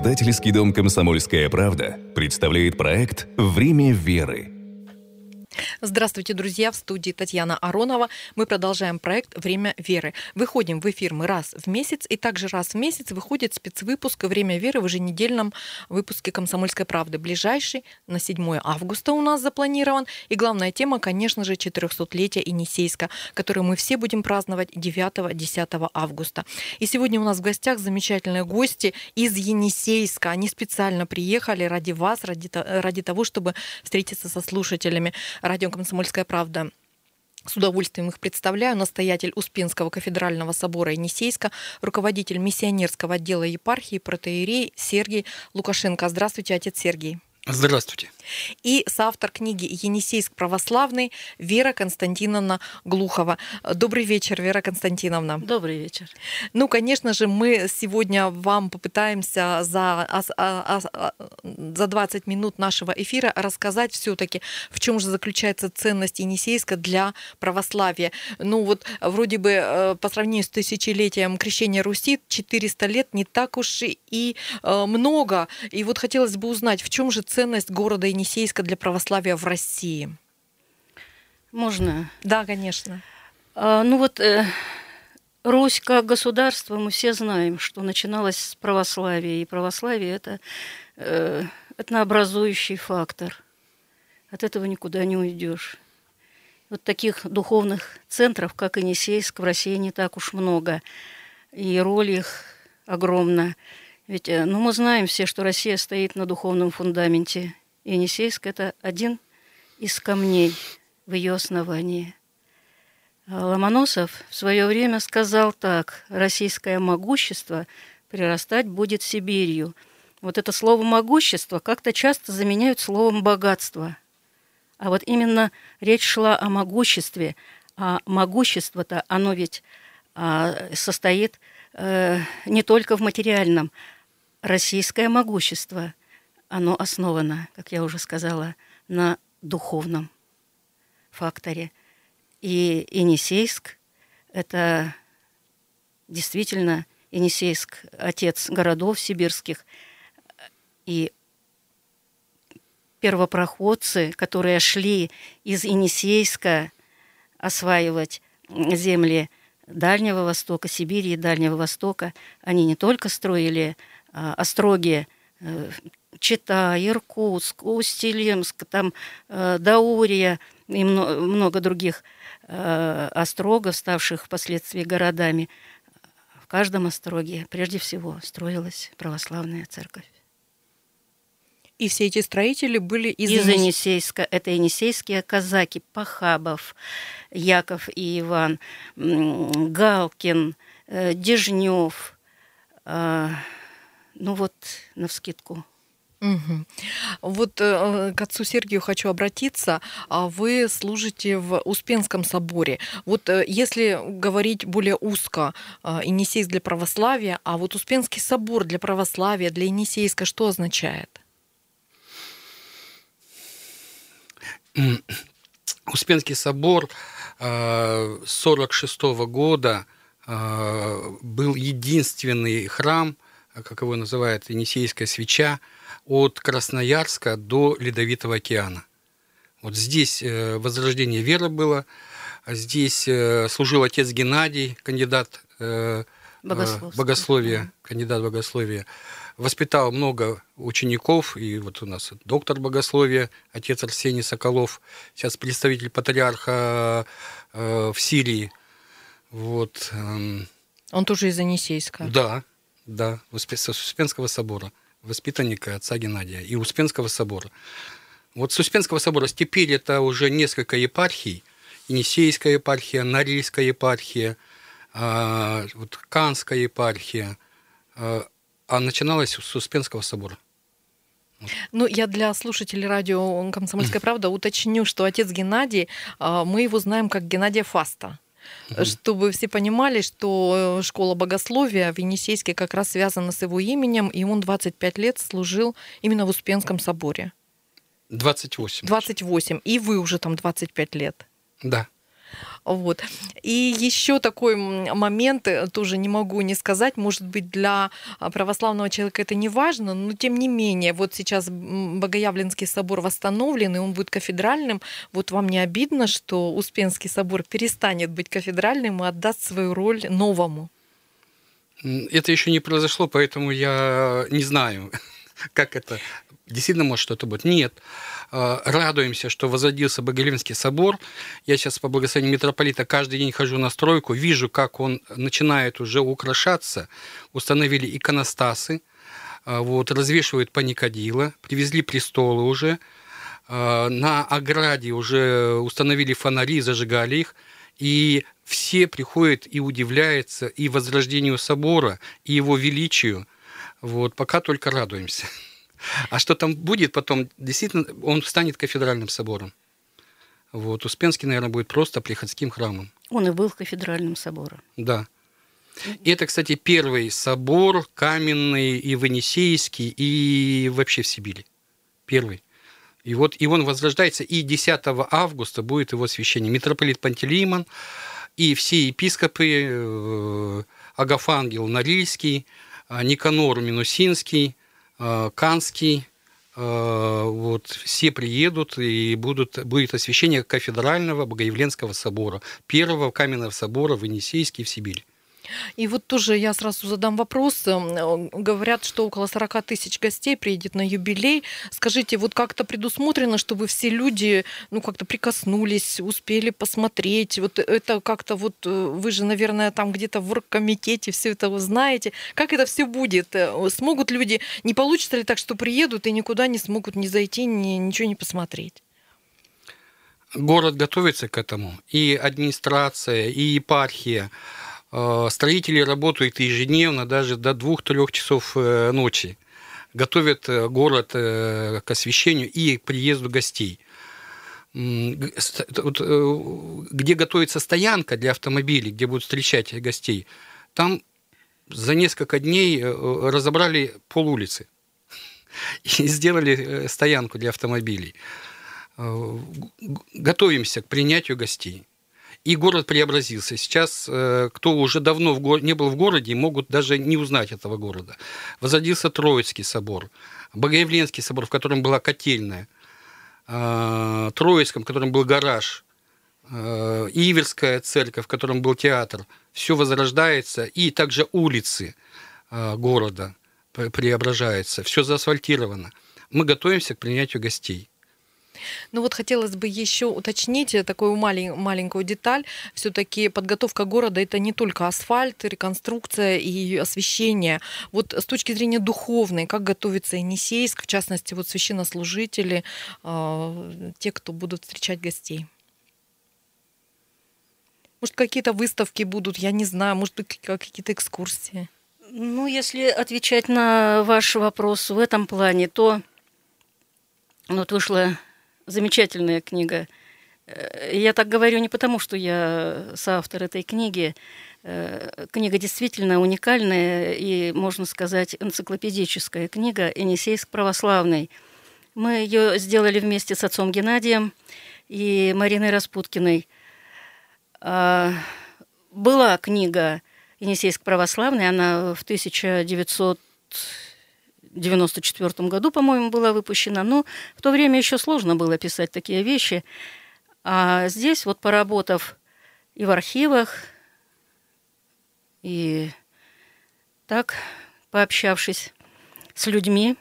Издательский дом «Комсомольская правда» представляет проект «Время веры». Здравствуйте, друзья! В студии Татьяна Аронова. Мы продолжаем проект «Время веры». Выходим в эфир мы раз в месяц, и также раз в месяц выходит спецвыпуск «Время веры» в еженедельном выпуске «Комсомольской правды». Ближайший на 7 августа у нас запланирован. И главная тема, конечно же, 400-летие Енисейска, которое мы все будем праздновать 9-10 августа. И сегодня у нас в гостях замечательные гости из Енисейска. Они специально приехали ради вас, ради того, чтобы встретиться со слушателями радио «Комсомольская правда». С удовольствием их представляю. Настоятель Успенского кафедрального собора Енисейска, руководитель миссионерского отдела епархии, протоиерей Сергий Лукашенко. Здравствуйте, отец Сергий. Здравствуйте. И соавтор книги «Енисейск православный» Вера Константиновна Глухова. Добрый вечер, Вера Константиновна. Добрый вечер. Ну, конечно же, мы сегодня вам попытаемся за 20 минут нашего эфира рассказать все-таки, в чем же заключается ценность Енисейска для православия. Ну вот, вроде бы, по сравнению с тысячелетием крещения Руси, 400 лет не так уж и много. И вот хотелось бы узнать, в чем же ценность города Енисейска для православия в России? Можно? Да, конечно. Русь как государство, мы все знаем, что начиналось с православия. И православие – это этнообразующий фактор. От этого никуда не уйдешь. Вот таких духовных центров, как Енисейск, в России не так уж много. И роль их огромна. Ведь мы знаем все, что Россия стоит на духовном фундаменте. Енисейск – это один из камней в ее основании. Ломоносов в свое время сказал так: «Российское могущество прирастать будет Сибирью». Вот это слово «могущество» как-то часто заменяют словом «богатство». А вот именно речь шла о могуществе. А могущество-то, оно ведь состоит не только в материальном. Российское могущество, оно основано, как я уже сказала, на духовном факторе. И Енисейск – это действительно Енисейск – отец городов сибирских. И первопроходцы, которые шли из Енисейска осваивать земли Дальнего Востока, Сибири и Дальнего Востока, они не только строили остроги Чита, Иркутск, Усть-Илимск, там Даурия и много других острогов, ставших впоследствии городами. В каждом остроге прежде всего строилась православная церковь. И все эти строители были из Енисейска. Это енисейские казаки: Пахабов, Яков и Иван, Галкин, Дежнев. Навскидку. Угу. Вот к отцу Сергию хочу обратиться. Вы служите в Успенском соборе. Вот если говорить более узко, Енисейск для православия, а вот Успенский собор для православия, для Енисейска что означает? Успенский собор 1946 года был единственный храм, как его называют, Енисейская свеча, от Красноярска до Ледовитого океана. Вот здесь возрождение веры было, здесь служил отец Геннадий, кандидат богословия, кандидат богословия, воспитал много учеников, и вот у нас доктор богословия, отец Арсений Соколов, сейчас представитель патриарха в Сирии. Вот. Он тоже из Енисейска? Да, с Успенского собора, воспитанника отца Геннадия и Успенского собора. Вот с Успенского собора теперь это уже несколько епархий: Енисейская епархия, Норильская епархия, Канская епархия, а начиналось с Успенского собора. Ну, я для слушателей радио «Комсомольская правда» уточню, что отец Геннадий, мы его знаем как Геннадия Фаста. Чтобы все понимали, что школа богословия в Енисейске как раз связана с его именем, и он 25 лет служил именно в Успенском соборе. 28. 28. И вы уже там 25 лет. Да. Вот. И еще такой момент, тоже не могу не сказать, может быть, для православного человека это не важно, но тем не менее, вот сейчас Богоявленский собор восстановлен, и он будет кафедральным. Вот вам не обидно, что Успенский собор перестанет быть кафедральным и отдаст свою роль новому? Это еще не произошло, поэтому я не знаю, как это действительно может что-то быть. Нет. Радуемся, что возродился Богоявленский собор. Я сейчас по благословению митрополита каждый день хожу на стройку, вижу, как он начинает уже украшаться. Установили иконостасы, вот, развешивают паникадила, привезли престолы уже. На ограде уже установили фонари, зажигали их. И все приходят и удивляются и возрождению собора, и его величию. Вот, пока только радуемся. А что там будет потом, действительно, он станет кафедральным собором. Вот, Успенский, наверное, будет просто приходским храмом. Он и был кафедральным собором. Да. И это, кстати, первый собор каменный и в Енисейске, и вообще в Сибири. Первый. И вот и он возрождается, и 10 августа будет его освящение. Митрополит Пантелеймон и все епископы, Агафангел Норильский, Никанор Минусинский, Канский, вот, все приедут, и будет освящение кафедрального Богоявленского собора, первого каменного собора в Енисейске в Сибири. И вот тоже я сразу задам вопрос. Говорят, что около 40 тысяч гостей приедет на юбилей. Скажите, вот как-то предусмотрено, чтобы все люди, ну, как-то прикоснулись, успели посмотреть? Вот это как-то вот, вы же, наверное, там где-то в оргкомитете все это вы знаете. Как это все будет? Смогут люди, не получится ли так, что приедут и никуда не смогут ни зайти, ничего не посмотреть? Город готовится к этому. И администрация, и епархия. Строители работают ежедневно, даже до 2-3 часов ночи. Готовят город к освящению и к приезду гостей. Где готовится стоянка для автомобилей, где будут встречать гостей, там за несколько дней разобрали полулицы и сделали стоянку для автомобилей. Готовимся к принятию гостей. И город преобразился. Сейчас, кто уже давно не был в городе, могут даже не узнать этого города. Возродился Троицкий собор, Богоявленский собор, в котором была котельная, Троицком, в котором был гараж, Иверская церковь, в котором был театр. Все возрождается, и также улицы города преображаются. Все заасфальтировано. Мы готовимся к принятию гостей. Ну вот хотелось бы еще уточнить такую маленькую деталь. Все-таки подготовка города — это не только асфальт, реконструкция и освещение. Вот с точки зрения духовной, как готовится Енисейск, в частности, вот священнослужители, те, кто будут встречать гостей? Может, какие-то выставки будут, я не знаю, может быть, какие-то экскурсии? Ну, если отвечать на ваш вопрос в этом плане, то вот вышла замечательная книга. Я так говорю не потому, что я соавтор этой книги. Книга действительно уникальная и, можно сказать, энциклопедическая книга «Енисейск православный». Мы ее сделали вместе с отцом Геннадием и Мариной Распуткиной. Была книга «Енисейск православный», она в 1994 году, по-моему, была выпущена. Но в то время еще сложно было писать такие вещи. А здесь, вот поработав и в архивах, и так, пообщавшись с людьми,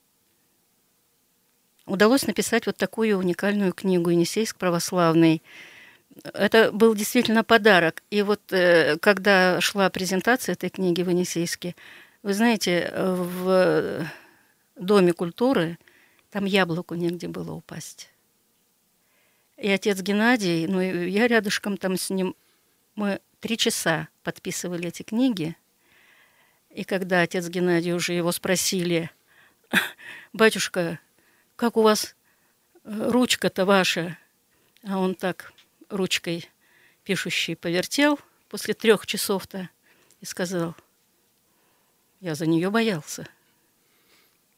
удалось написать вот такую уникальную книгу «Енисейск православный». Это был действительно подарок. И вот когда шла презентация этой книги в Енисейске, вы знаете, в Доме культуры там яблоку негде было упасть. И отец Геннадий, ну и я рядышком там с ним, мы 3 часа подписывали эти книги. И когда отец Геннадий уже его спросили: «Батюшка, как у вас ручка-то ваша?» А он так ручкой пишущей повертел после 3 часов-то и сказал: «Я за нее боялся».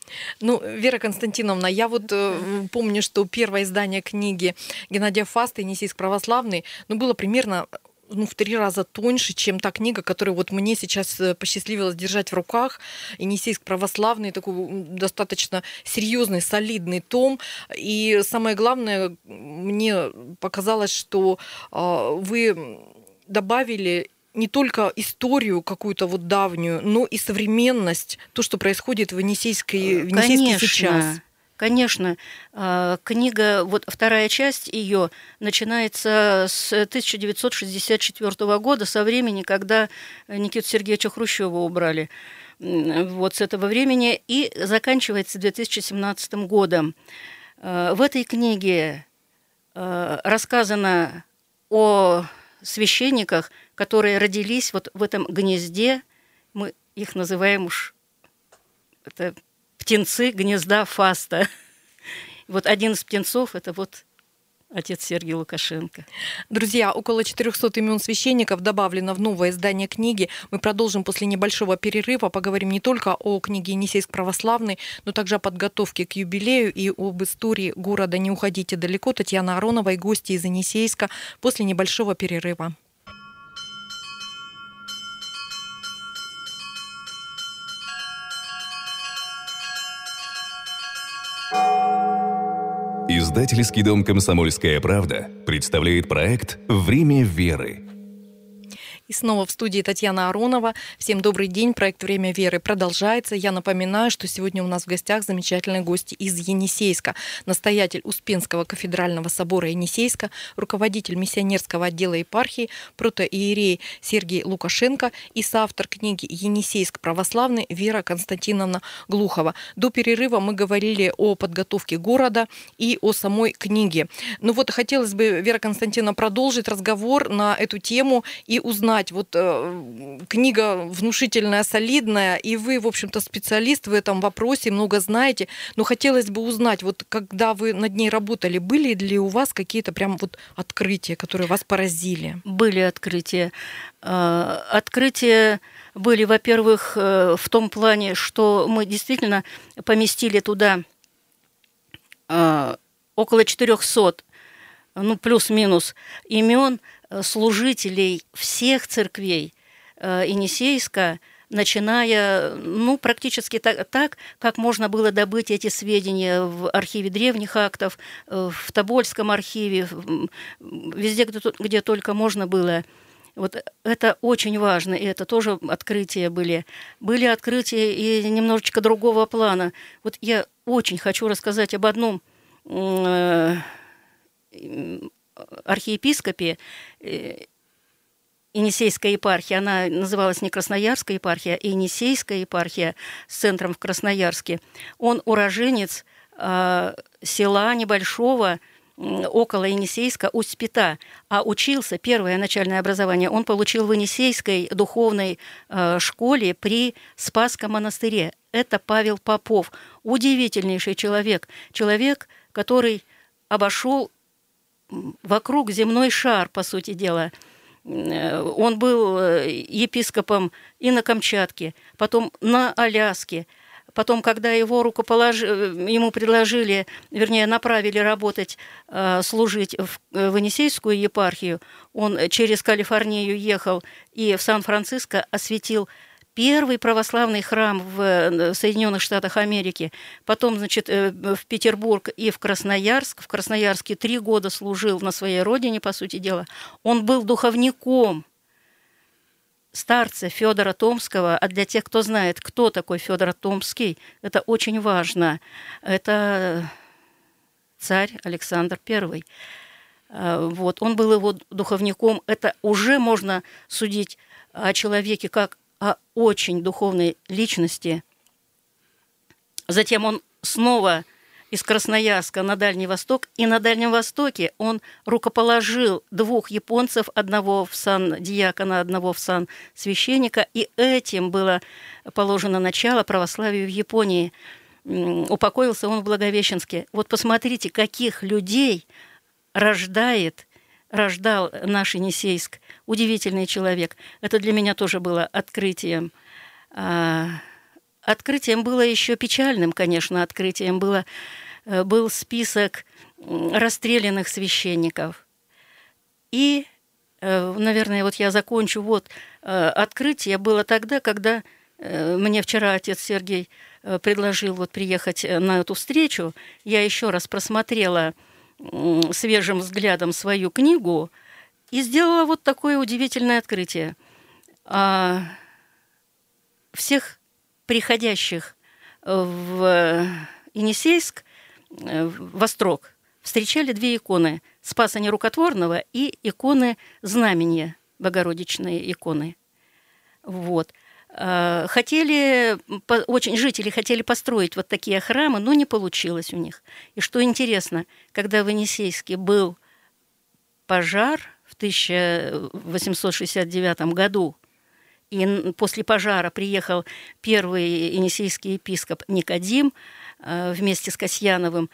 Ну, Вера Константиновна, я вот помню, что первое издание книги Геннадия Фаста «Енисейск православный» было примерно в 3 раза тоньше, чем та книга, которую вот мне сейчас посчастливилось держать в руках. «Енисейск православный», такой достаточно серьезный, солидный том. И самое главное, мне показалось, что вы добавили не только историю какую-то вот давнюю, но и современность, то, что происходит в Енисейске сейчас. Конечно. Книга, вот вторая часть ее начинается с 1964 года, со времени, когда Никиту Сергеевича Хрущева убрали. Вот с этого времени, и заканчивается 2017 годом. В этой книге рассказано о священниках, которые родились вот в этом гнезде, мы их называем уж это птенцы гнезда Фаста. Вот один из птенцов – это вот отец Сергий Лукашенко. Друзья, около 400 имен священников добавлено в новое издание книги. Мы продолжим после небольшого перерыва. Поговорим не только о книге «Енисейск православный», но также о подготовке к юбилею и об истории города. Не уходите далеко. Татьяна Аронова и гости из Енисейска после небольшого перерыва. Издательский дом «Комсомольская правда» представляет проект «Время веры». И снова в студии Татьяна Аронова. Всем добрый день. Проект «Время веры» продолжается. Я напоминаю, что сегодня у нас в гостях замечательные гости из Енисейска. Настоятель Успенского кафедрального собора Енисейска, руководитель миссионерского отдела епархии, протоиерей Сергий Лукашенко и соавтор книги «Енисейск православный» Вера Константиновна Глухова. До перерыва мы говорили о подготовке города и о самой книге. Ну вот хотелось бы, Вера Константиновна, продолжить разговор на эту тему и узнать. Вот книга внушительная, солидная, и вы, в общем-то, специалист в этом вопросе, много знаете, но хотелось бы узнать, вот когда вы над ней работали, были ли у вас какие-то прям вот открытия, которые вас поразили? Были открытия. Открытия были, во-первых, в том плане, что мы действительно поместили туда около 400, плюс-минус имен служителей всех церквей Енисейска, начиная, практически так, как можно было добыть эти сведения в архиве древних актов, в Тобольском архиве, везде, где только можно было. Вот это очень важно, и это тоже открытия были. Были открытия и немножечко другого плана. Вот я очень хочу рассказать об одном архиепископе Енисейской епархии. Она называлась не Красноярская епархия, а Енисейская епархия с центром в Красноярске. Он уроженец села небольшого около Енисейска Усть-Пята, а учился, первое начальное образование он получил в Енисейской духовной школе при Спасском монастыре. Это Павел Попов. Удивительнейший человек, который обошел вокруг земной шар, по сути дела. Он был епископом и на Камчатке, потом на Аляске. Потом, когда ему направили работать, служить в Енисейскую епархию, он через Калифорнию ехал и в Сан-Франциско осветил первый православный храм в Соединенных Штатах Америки. Потом, в Петербург и в Красноярск. В Красноярске 3 года служил на своей родине, по сути дела. Он был духовником старца Федора Томского. А для тех, кто знает, кто такой Федор Томский, это очень важно. Это царь Александр I. Вот. Он был его духовником. Это уже можно судить о человеке как о очень духовной личности. Затем он снова из Красноярска на Дальний Восток, и на Дальнем Востоке он рукоположил 2 японцев, одного в сан диакона, одного в сан священника, и этим было положено начало православию в Японии. Упокоился он в Благовещенске. Вот посмотрите, каких людей рождал наш Енисейск. Удивительный человек. Это для меня тоже было открытием. открытием было еще печальным, конечно, открытием был список расстрелянных священников. И, наверное, вот я закончу. Вот открытие было тогда, когда мне вчера отец Сергей предложил вот приехать на эту встречу. Я еще раз просмотрела свежим взглядом свою книгу и сделала вот такое удивительное открытие. Всех приходящих в Енисейск, в Острог, встречали две иконы – Спаса Нерукотворного и иконы Знамения, Богородичные иконы. Вот. Жители хотели построить вот такие храмы, но не получилось у них. И что интересно, когда в Енисейске был пожар в 1869 году, и после пожара приехал первый енисейский епископ Никодим вместе с Касьяновым,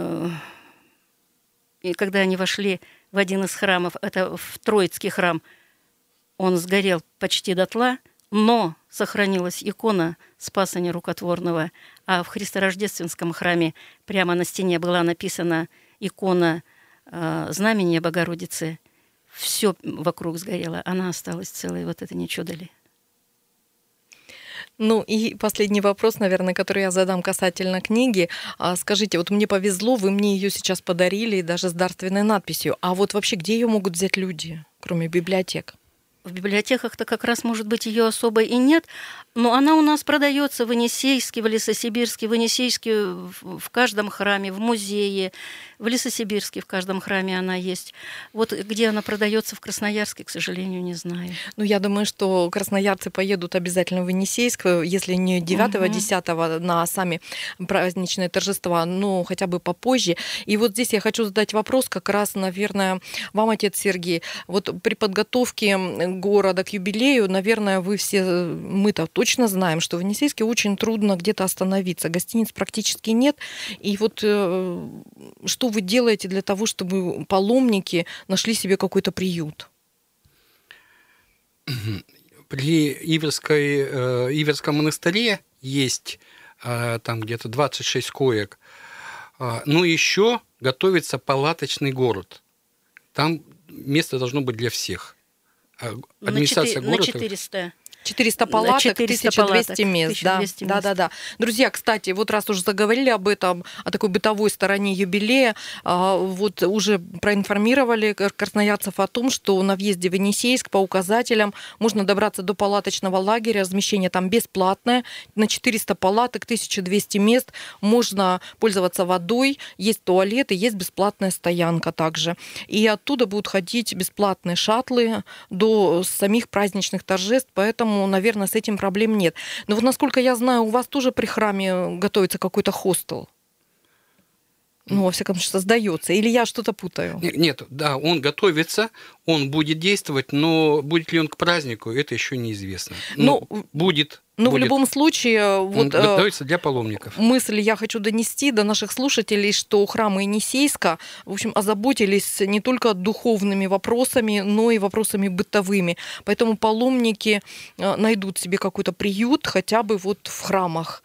и когда они вошли в один из храмов, это в Троицкий храм, он сгорел почти дотла, но сохранилась икона Спаса Нерукотворного, а в Христорождественском храме прямо на стене была написана икона Знамения Богородицы. Все вокруг сгорело, она осталась целой, вот это не чудо ли? Ну и последний вопрос, наверное, который я задам касательно книги. Скажите, вот мне повезло, вы мне ее сейчас подарили, даже с дарственной надписью. А вот вообще где ее могут взять люди, кроме библиотек? В библиотеках-то как раз, может быть, ее особо и нет, но она у нас продается в Енисейске, в Лесосибирске, в Енисейске в каждом храме, в музее, в Лесосибирске в каждом храме она есть. Вот где она продается в Красноярске, к сожалению, не знаю. Ну, я думаю, что красноярцы поедут обязательно в Енисейск, если не 9-10 на сами праздничные торжества, но хотя бы попозже. И вот здесь я хочу задать вопрос как раз, наверное, вам, отец Сергей. Вот при подготовке города к юбилею, наверное, мы-то точно знаем, что в Енисейске очень трудно где-то остановиться. Гостиниц практически нет. И вот что вы делаете для того, чтобы паломники нашли себе какой-то приют? При Иверском монастыре есть там где-то 26 коек. Но еще готовится палаточный город. Там место должно быть для всех. Администрация города... На 400. 400 палаток, 1200 мест. 1200 мест. Да. Друзья, кстати, вот раз уже заговорили об этом, о такой бытовой стороне юбилея, вот уже проинформировали красноярцев о том, что на въезде в Енисейск по указателям можно добраться до палаточного лагеря, размещение там бесплатное, на 400 палаток, 1200 мест, можно пользоваться водой, есть туалеты, есть бесплатная стоянка также. И оттуда будут ходить бесплатные шаттлы до самих праздничных торжеств, поэтому, наверное, с этим проблем нет. Но вот, насколько я знаю, у вас тоже при храме готовится какой-то хостел. Ну, во всяком случае, создается. Или я что-то путаю? Нет, да, он готовится, он будет действовать, но будет ли он к празднику, это еще неизвестно. Будет. Но в любом случае... Он готовится для паломников. Мысль я хочу донести до наших слушателей, что храмы Енисейска, в общем, озаботились не только духовными вопросами, но и вопросами бытовыми. Поэтому паломники найдут себе какой-то приют хотя бы вот в храмах,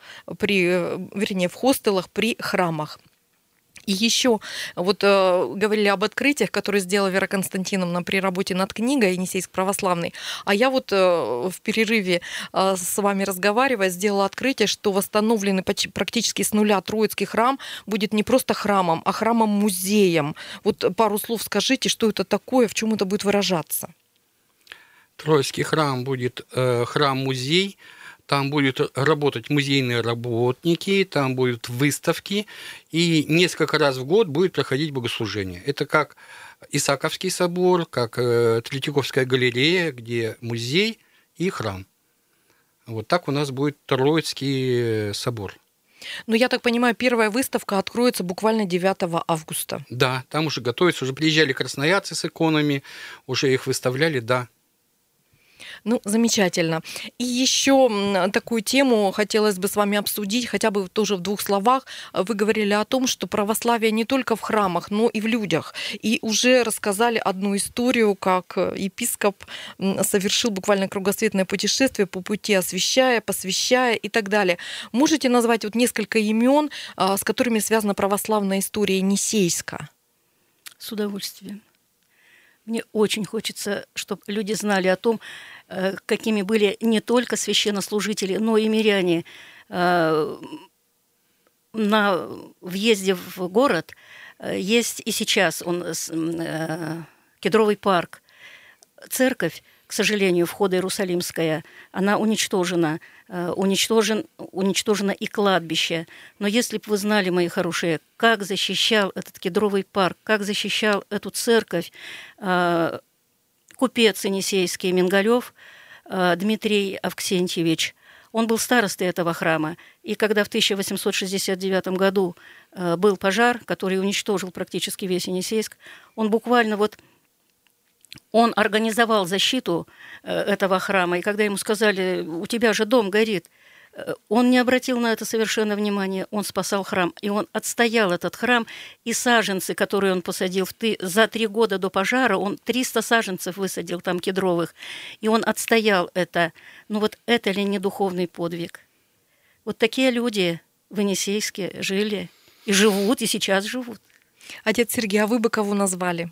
в хостелах при храмах. И еще вот говорили об открытиях, которые сделала Вера Константиновна при работе над книгой «Енисейск православный». А я вот в перерыве с вами разговаривая сделала открытие, что восстановленный практически с нуля Троицкий храм будет не просто храмом, а храмом-музеем. Вот пару слов скажите, что это такое, в чем это будет выражаться? Троицкий храм будет храм-музей. Там будут работать музейные работники, там будут выставки, и несколько раз в год будет проходить богослужение. Это как Исааковский собор, как Третьяковская галерея, где музей и храм. Вот так у нас будет Троицкий собор. Ну, я так понимаю, первая выставка откроется буквально 9 августа. Да, там уже готовится, уже приезжали красноярцы с иконами, уже их выставляли, да. Ну, замечательно. И еще такую тему хотелось бы с вами обсудить, хотя бы тоже в 2 словах. Вы говорили о том, что православие не только в храмах, но и в людях. И уже рассказали одну историю, как епископ совершил буквально кругосветное путешествие по пути, освящая, посвящая и так далее. Можете назвать вот несколько имен, с которыми связана православная история Енисейска? С удовольствием. Мне очень хочется, чтобы люди знали о том, какими были не только священнослужители, но и миряне. На въезде в город есть и сейчас Кедровый парк. Церковь, к сожалению, входа Иерусалимская, она уничтожена. Уничтожено и кладбище. Но если бы вы знали, мои хорошие, как защищал этот Кедровый парк, как защищал эту церковь купец енисейский Мингалев Дмитрий Авксентьевич, он был старостой этого храма. И когда в 1869 году был пожар, который уничтожил практически весь Енисейск, он буквально он организовал защиту этого храма, и когда ему сказали: у тебя же дом горит, он не обратил на это совершенно внимания, он спасал храм, и он отстоял этот храм, и саженцы, которые он посадил за 3 года до пожара, он 300 саженцев высадил там кедровых, и он отстоял это. Ну вот это ли не духовный подвиг? Вот такие люди в Енисейске жили, и живут, и сейчас живут. Отец Сергей, а вы бы кого назвали?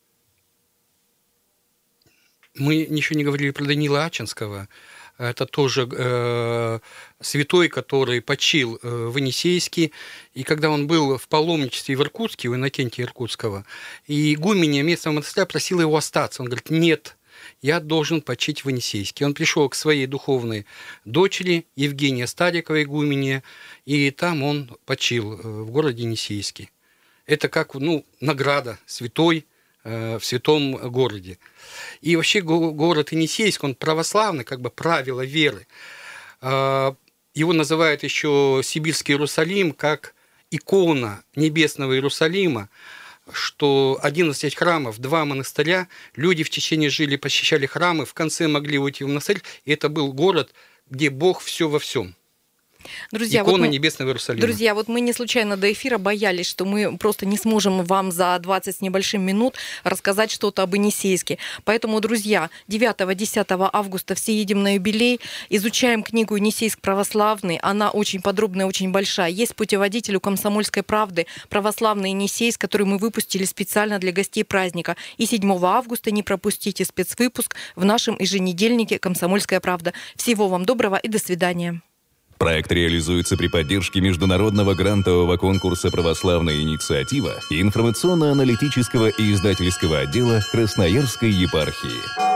Мы ничего не говорили про Данила Ачинского. Это тоже святой, который почил в Енисейске. И когда он был в паломничестве в Иркутске, у Иннокентия Иркутского, и игуменья местного монастыря просила его остаться. Он говорит: нет, я должен почить в Енисейске. Он пришел к своей духовной дочери, Евгения Старикова, игуменья, и там он почил в городе Енисейске. Это как награда святой в святом городе. И вообще город Енисейск, он православный, как бы правило веры. Его называют еще Сибирский Иерусалим как икона небесного Иерусалима, что 11 храмов, 2 монастыря, люди в течение жили, посещали храмы, в конце могли уйти в монастырь, и это был город, где Бог все во всем. Друзья, икона небесного Иерусалима. Друзья, мы не случайно до эфира боялись, что мы просто не сможем вам за 20 с небольшим минут рассказать что-то об Енисейске. Поэтому, друзья, 9-10 августа все едем на юбилей, изучаем книгу «Енисейск православный». Она очень подробная, очень большая. Есть путеводитель у «Комсомольской правды» «Православный Енисейск», который мы выпустили специально для гостей праздника. И 7 августа не пропустите спецвыпуск в нашем еженедельнике «Комсомольская правда». Всего вам доброго и до свидания. Проект реализуется при поддержке международного грантового конкурса «Православная инициатива» и информационно-аналитического и издательского отдела Красноярской епархии.